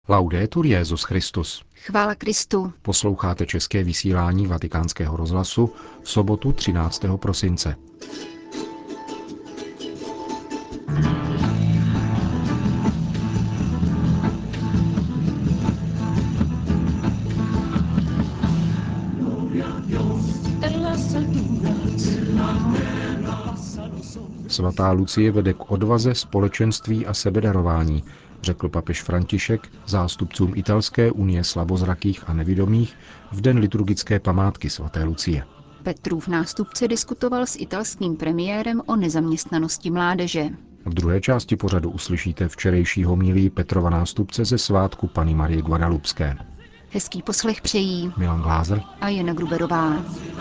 Laudetur Jesus Christus. Chvála Kristu. Posloucháte české vysílání Vatikánského rozhlasu v sobotu 13. prosince. Svatá Lucie vede k odvaze, společenství a sebedarování, řekl papež František zástupcům Italské unie slabozrakých a nevidomých v den liturgické památky svaté Lucie. Petrův nástupce diskutoval s italským premiérem o nezaměstnanosti mládeže. V druhé části pořadu uslyšíte včerejší homilii Petrova nástupce ze svátku Panny Marie Guadalupské. Hezký poslech přejí Milan Glázer a Jana Gruberová.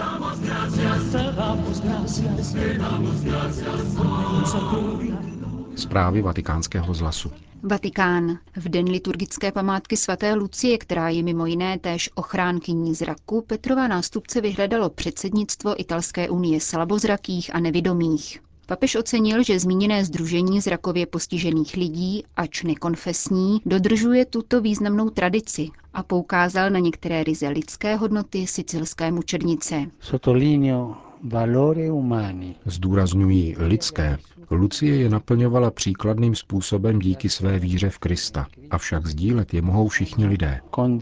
Zprávy Vatikánského rozhlasu. Vatikán. V den liturgické památky svaté Lucie, která je mimo jiné též ochránkyní zraku, Petrova nástupce vyhledalo předsednictvo Italské unie slabozrakých a nevidomých. Papež ocenil, že zmíněné sdružení zrakově postižených lidí, ač nekonfesní, dodržuje tuto významnou tradici a poukázal na některé ryze lidské hodnoty sicilské mučednice. Zdůrazňují lidské. Lucie je naplňovala příkladným způsobem díky své víře v Krista, avšak sdílet je mohou všichni lidé.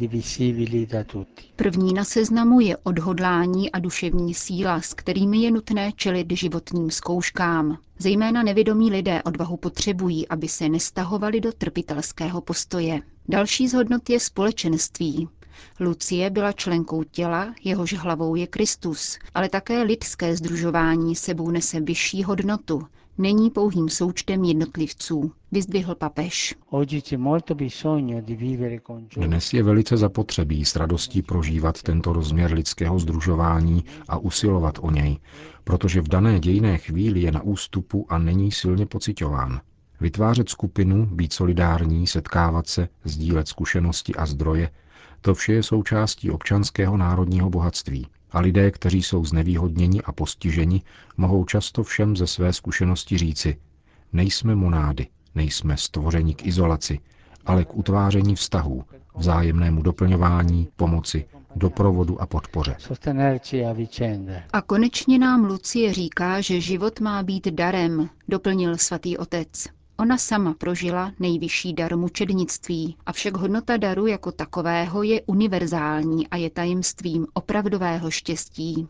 První na seznamu je odhodlání a duševní síla, s kterými je nutné čelit životním zkouškám. Zejména nevidomí lidé odvahu potřebují, aby se nestahovali do trpitelského postoje. Další z hodnot je společenství. Lucie byla členkou těla, jehož hlavou je Kristus, ale také lidské sdružování sebou nese vyšší hodnotu. Není pouhým součtem jednotlivců, vyzdvihl papež. Dnes je velice zapotřebí s radostí prožívat tento rozměr lidského sdružování a usilovat o něj, protože v dané dějinné chvíli je na ústupu a není silně pociťován. Vytvářet skupinu, být solidární, setkávat se, sdílet zkušenosti a zdroje, to vše je součástí občanského národního bohatství. A lidé, kteří jsou znevýhodněni a postiženi, mohou často všem ze své zkušenosti říci: nejsme monády, nejsme stvořeni k izolaci, ale k utváření vztahů, vzájemnému doplňování, pomoci, doprovodu a podpoře. A konečně nám Lucie říká, že život má být darem, doplnil svatý otec. Ona sama prožila nejvyšší dar mučednictví, avšak hodnota daru jako takového je univerzální a je tajemstvím opravdového štěstí.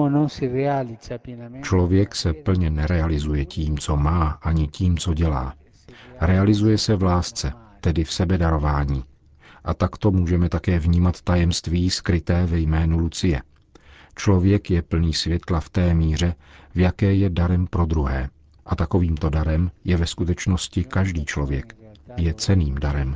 Člověk se plně nerealizuje tím, co má, ani tím, co dělá. Realizuje se v lásce, tedy v sebedarování. A takto můžeme také vnímat tajemství skryté ve jménu Lucie. Člověk je plný světla v té míře, v jaké je darem pro druhé. A takovýmto darem je ve skutečnosti každý člověk. Je cenným darem.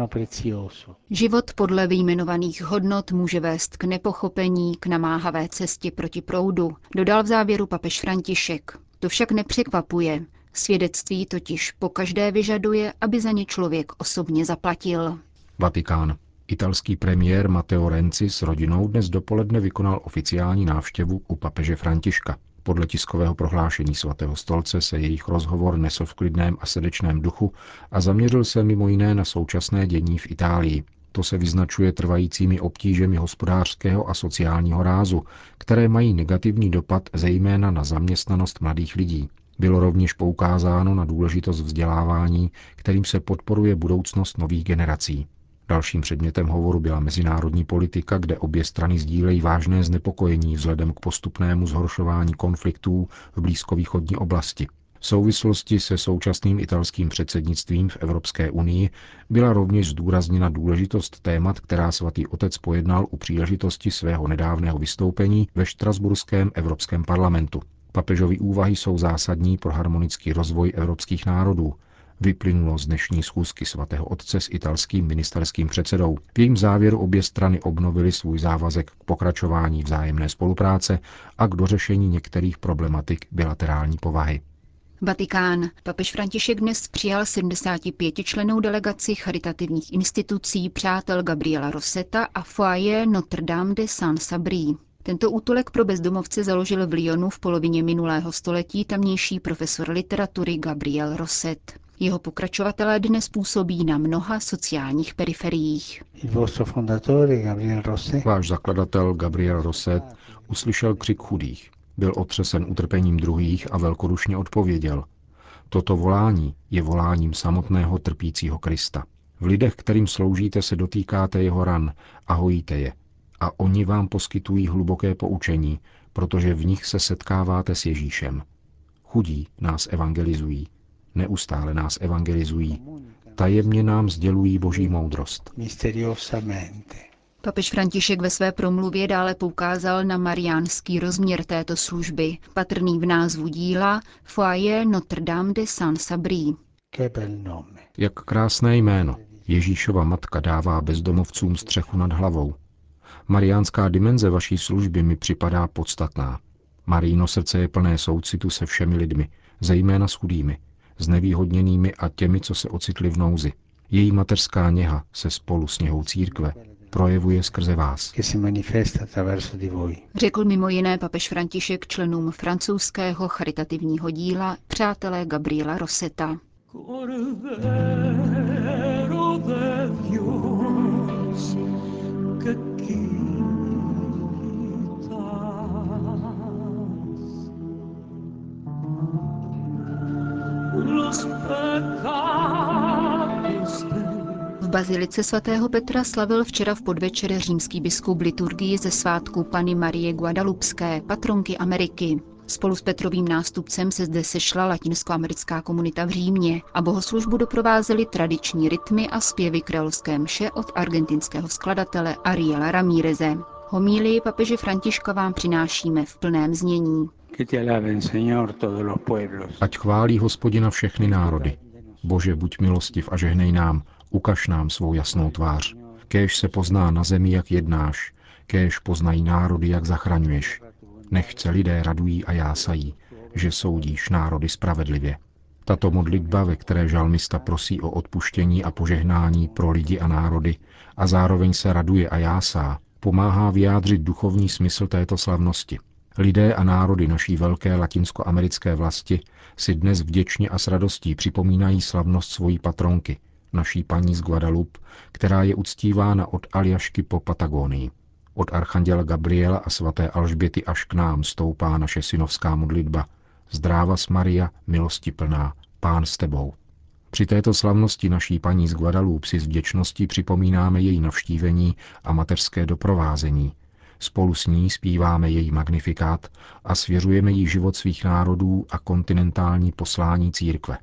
Život podle vyjmenovaných hodnot může vést k nepochopení, k namáhavé cestě proti proudu, dodal v závěru papež František. To však nepřekvapuje. Svědectví totiž pokaždé vyžaduje, aby za ně člověk osobně zaplatil. Vatikán. Italský premiér Matteo Renzi s rodinou dnes dopoledne vykonal oficiální návštěvu u papeže Františka. Podle tiskového prohlášení svatého stolce se jejich rozhovor nesl v klidném a srdečném duchu a zaměřil se mimo jiné na současné dění v Itálii. To se vyznačuje trvajícími obtížemi hospodářského a sociálního rázu, které mají negativní dopad zejména na zaměstnanost mladých lidí. Bylo rovněž poukázáno na důležitost vzdělávání, kterým se podporuje budoucnost nových generací. Dalším předmětem hovoru byla mezinárodní politika, kde obě strany sdílejí vážné znepokojení vzhledem k postupnému zhoršování konfliktů v blízkovýchodní oblasti. V souvislosti se současným italským předsednictvím v Evropské unii byla rovněž zdůrazněna důležitost témat, která svatý otec pojednal u příležitosti svého nedávného vystoupení ve Štrasburském Evropském parlamentu. Papežovy úvahy jsou zásadní pro harmonický rozvoj evropských národů, vyplynulo z dnešní schůzky svatého otce s italským ministerským předsedou. V jejím závěru obě strany obnovily svůj závazek k pokračování vzájemné spolupráce a k dořešení některých problematik bilaterální povahy. Vatikán. Papež František dnes přijal 75člennou delegaci charitativních institucí Přátel Gabriela Rosseta a Foyer Notre-Dame de Saint-Sabri. Tento útulek pro bezdomovce založil v Lyonu v polovině minulého století tamnější profesor literatury Gabriel Rosset. Jeho pokračovatelé dnes působí na mnoha sociálních periferiích. Váš zakladatel Gabriel Rosset uslyšel křik chudých, byl otřesen utrpením druhých a velkodušně odpověděl: toto volání je voláním samotného trpícího Krista. V lidech, kterým sloužíte, se dotýkáte jeho ran a hojíte je. A oni vám poskytují hluboké poučení, protože v nich se setkáváte s Ježíšem. Chudí nás evangelizují, neustále nás evangelizují, tajemně nám sdělují boží moudrost. Papež František ve své promluvě dále poukázal na mariánský rozměr této služby, patrný v názvu díla Foyer Notre-Dame de Saint-Sabri. Jak krásné jméno. Ježíšova matka dává bezdomovcům střechu nad hlavou. Mariánská dimenze vaší služby mi připadá podstatná. Marijino srdce je plné soucitu se všemi lidmi, zejména s chudými, znevýhodněnými a těmi, co se ocitli v nouzi. Její mateřská něha se spolu s něhou církve projevuje skrze vás. Řekl mimo jiné papež František členům francouzského charitativního díla Přátelé Gabriela Rosseta. V bazilice svatého Petra slavil včera v podvečer římský biskup liturgii ze svátku Panny Marie Guadalupské, patronky Ameriky. Spolu s Petrovým nástupcem se zde sešla latinskoamerická komunita v Římě a bohoslužbu doprovázely tradiční rytmy a zpěvy kreolské mše od argentinského skladatele Ariela Ramíreze. Homílii papeže Františka vám přinášíme v plném znění. Ať chválí Hospodina všechny národy. Bože, buď milostiv a žehnej nám, ukaž nám svou jasnou tvář. Kéž se pozná na zemi, jak jednáš, kéž poznají národy, jak zachraňuješ. Nechť se lidé radují a jásají, že soudíš národy spravedlivě. Tato modlitba, ve které žalmista prosí o odpuštění a požehnání pro lidi a národy a zároveň se raduje a jásá, pomáhá vyjádřit duchovní smysl této slavnosti. Lidé a národy naší velké latinskoamerické vlasti si dnes vděčně a s radostí připomínají slavnost svojí patronky, naší paní z Guadalupe, která je uctívána od Aljašky po Patagonii. Od archanděla Gabriela a svaté Alžběty až k nám stoupá naše synovská modlitba. Zdrávas Maria, milosti plná, Pán s tebou. Při této slavnosti naší paní z Guadalupe si s vděčností připomínáme její navštívení a mateřské doprovázení. Spolu s ní zpíváme její magnifikát a svěřujeme jí život svých národů a kontinentální poslání církve.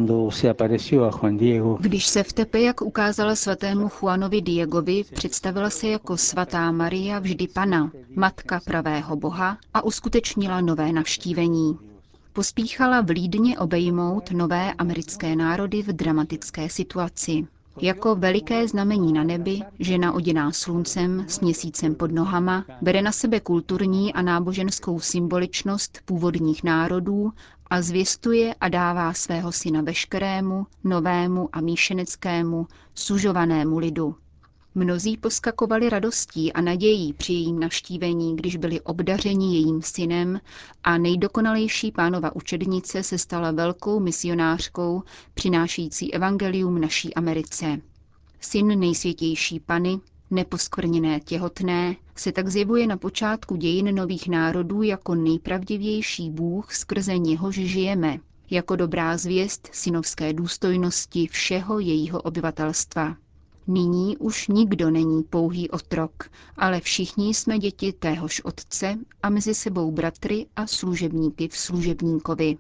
Když se v Tepejak ukázala svatému Juanovi Diegovi, představila se jako svatá Maria vždy Panna, matka pravého Boha, a uskutečnila nové navštívení. Pospíchala vlídně obejmout nové americké národy v dramatické situaci. Jako veliké znamení na nebi, žena oděná sluncem s měsícem pod nohama, bere na sebe kulturní a náboženskou symboličnost původních národů a zvěstuje a dává svého syna veškerému, novému a míšeneckému, sužovanému lidu. Mnozí poskakovali radostí a nadějí při jejím navštívení, když byli obdařeni jejím synem a nejdokonalejší Pánova učednice se stala velkou misionářkou, přinášející evangelium naší Americe. Syn nejsvětější Panny, neposkvrněné těhotné, se tak zjevuje na počátku dějin nových národů jako nejpravdivější Bůh, skrze něhož žijeme, jako dobrá zvěst synovské důstojnosti všeho jejího obyvatelstva. Nyní už nikdo není pouhý otrok, ale všichni jsme děti téhož Otce a mezi sebou bratry a služebníky v služebníkovi.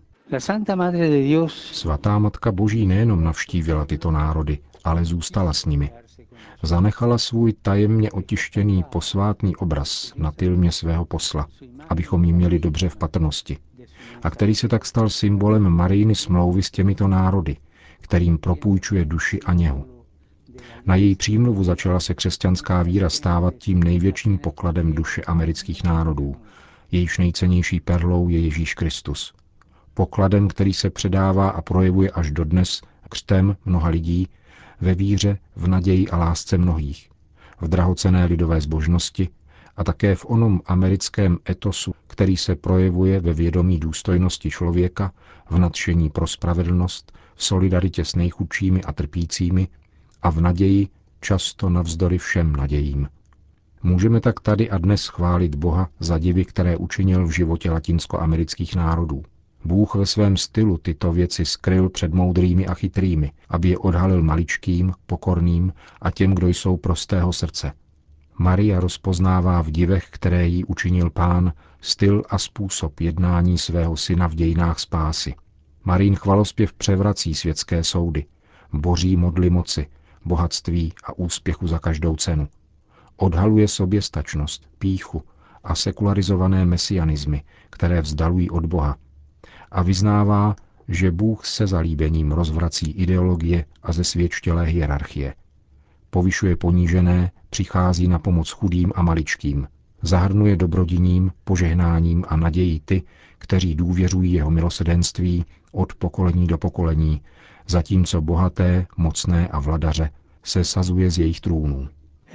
Svatá Matka Boží nejenom navštívila tyto národy, ale zůstala s nimi. Zanechala svůj tajemně otištěný posvátný obraz na tilmě svého posla, abychom ji měli dobře v patrnosti, a který se tak stal symbolem Marijiny smlouvy s těmito národy, kterým propůjčuje duši a něhu. Na její přímluvu začala se křesťanská víra stávat tím největším pokladem duše amerických národů. Jejíž nejcennější perlou je Ježíš Kristus. Pokladem, který se předává a projevuje až dodnes křtem mnoha lidí, ve víře, v naději a lásce mnohých, v drahocenné lidové zbožnosti a také v onom americkém etosu, který se projevuje ve vědomí důstojnosti člověka, v nadšení pro spravedlnost, v solidaritě s nejchudšími a trpícími a v naději často navzdory všem nadějím. Můžeme tak tady a dnes chválit Boha za divy, které učinil v životě latinskoamerických národů. Bůh ve svém stylu tyto věci skryl před moudrými a chytrými, aby je odhalil maličkým, pokorným a těm, kdo jsou prostého srdce. Maria rozpoznává v divech, které jí učinil Pán, styl a způsob jednání svého syna v dějinách spásy. Marín chvalospěv převrací světské soudy, boří modly moci, bohatství a úspěchu za každou cenu. Odhaluje soběstačnost, pýchu a sekularizované mesianismy, které vzdalují od Boha, a vyznává, že Bůh se zalíbením rozvrací ideologie a zesvědčtělé hierarchie. Povyšuje ponížené, přichází na pomoc chudým a maličkým, zahrnuje dobrodiním, požehnáním a nadějí ty, kteří důvěřují jeho milosrdenství od pokolení do pokolení, zatímco bohaté, mocné a vladaře se sazuje z jejich trůnů.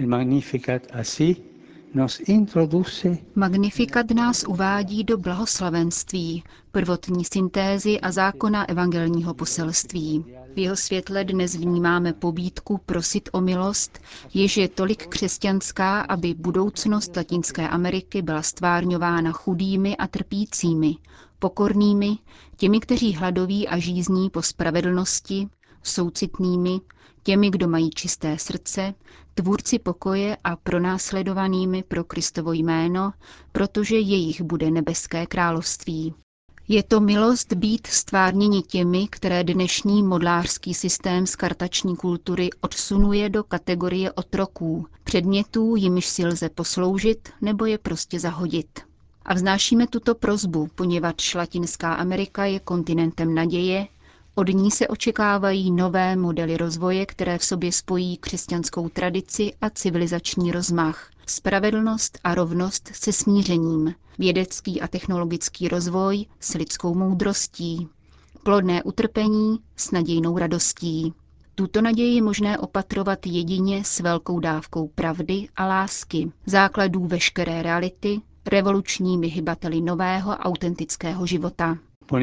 Magnifikat nás uvádí do blahoslavenství, prvotní syntézy a zákona evangelního poselství. V jeho světle dnes vnímáme pobídku prosit o milost, jež je tolik křesťanská, aby budoucnost Latinské Ameriky byla stvárňována chudými a trpícími, pokornými, těmi, kteří hladoví a žízní po spravedlnosti, soucitnými, těmi, kdo mají čisté srdce, tvůrci pokoje a pronásledovanými pro Kristovo jméno, protože jejich bude nebeské království. Je to milost být stvárněni těmi, které dnešní modlářský systém skartační kultury odsunuje do kategorie otroků, předmětů, jimiž si lze posloužit nebo je prostě zahodit. A vznášíme tuto prosbu, poněvadž Latinská Amerika je kontinentem naděje, od ní se očekávají nové modely rozvoje, které v sobě spojí křesťanskou tradici a civilizační rozmach, spravedlnost a rovnost se smířením, vědecký a technologický rozvoj s lidskou moudrostí, plodné utrpení s nadějnou radostí. Tuto naději je možné opatrovat jedině s velkou dávkou pravdy a lásky, základů veškeré reality, revolučními hybateli nového autentického života.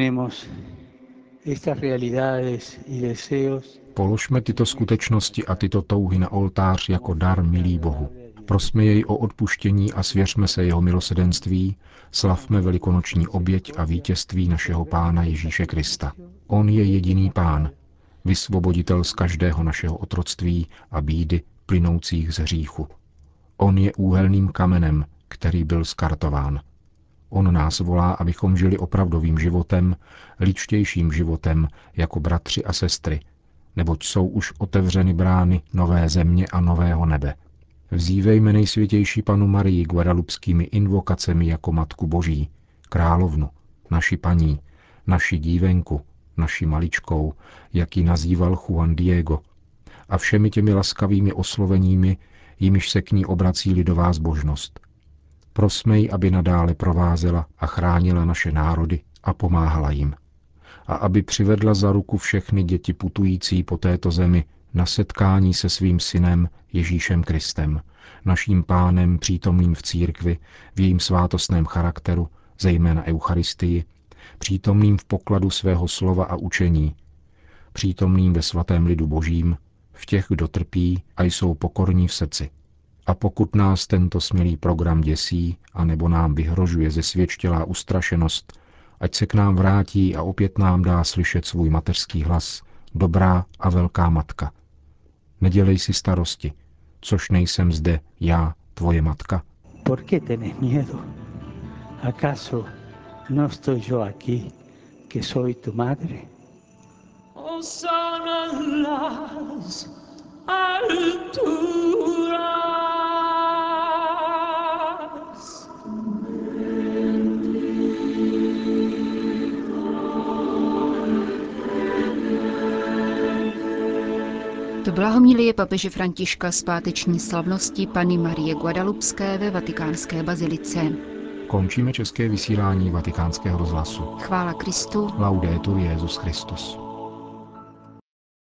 Položme tyto skutečnosti a tyto touhy na oltář jako dar milý Bohu. Prosme jej o odpuštění a svěřme se jeho milosrdenství, slavme velikonoční oběť a vítězství našeho Pána Ježíše Krista. On je jediný Pán, vysvoboditel z každého našeho otroctví a bídy plynoucích z hříchu. On je úhelným kamenem, který byl skartován. On nás volá, abychom žili opravdovým životem, ličtějším životem jako bratři a sestry, neboť jsou už otevřeny brány nové země a nového nebe. Vzívejme nejsvětější Panu Marii guadalupskými invokacemi jako Matku Boží, královnu, naši paní, naši dívenku, naši maličkou, jak ji nazýval Juan Diego, a všemi těmi laskavými osloveními, jimiž se k ní obrací lidová zbožnost. Prosmej, aby nadále provázela a chránila naše národy a pomáhala jim. A aby přivedla za ruku všechny děti putující po této zemi na setkání se svým synem Ježíšem Kristem, naším Pánem přítomným v církvi, v jejím svátostném charakteru, zejména Eucharistii, přítomným v pokladu svého slova a učení, přítomným ve svatém lidu Božím, v těch, kdo trpí a jsou pokorní v srdci. A pokud nás tento smělý program děsí, anebo nám vyhrožuje zesvědčtělá ustrašenost, ať se k nám vrátí a opět nám dá slyšet svůj mateřský hlas, dobrá a velká matka. Nedělej si starosti, což nejsem zde já, tvoje matka. ¿Por qué tenés miedo? ¿Acaso no estoy yo aquí, que soy tu madre? Sono las alturas. To byla homilie papeže Františka z páteční slavnosti Panny Marie Guadalupské ve Vatikánské bazilice. Končíme české vysílání Vatikánského rozhlasu. Chvála Kristu. Laudetur Jesus Christus.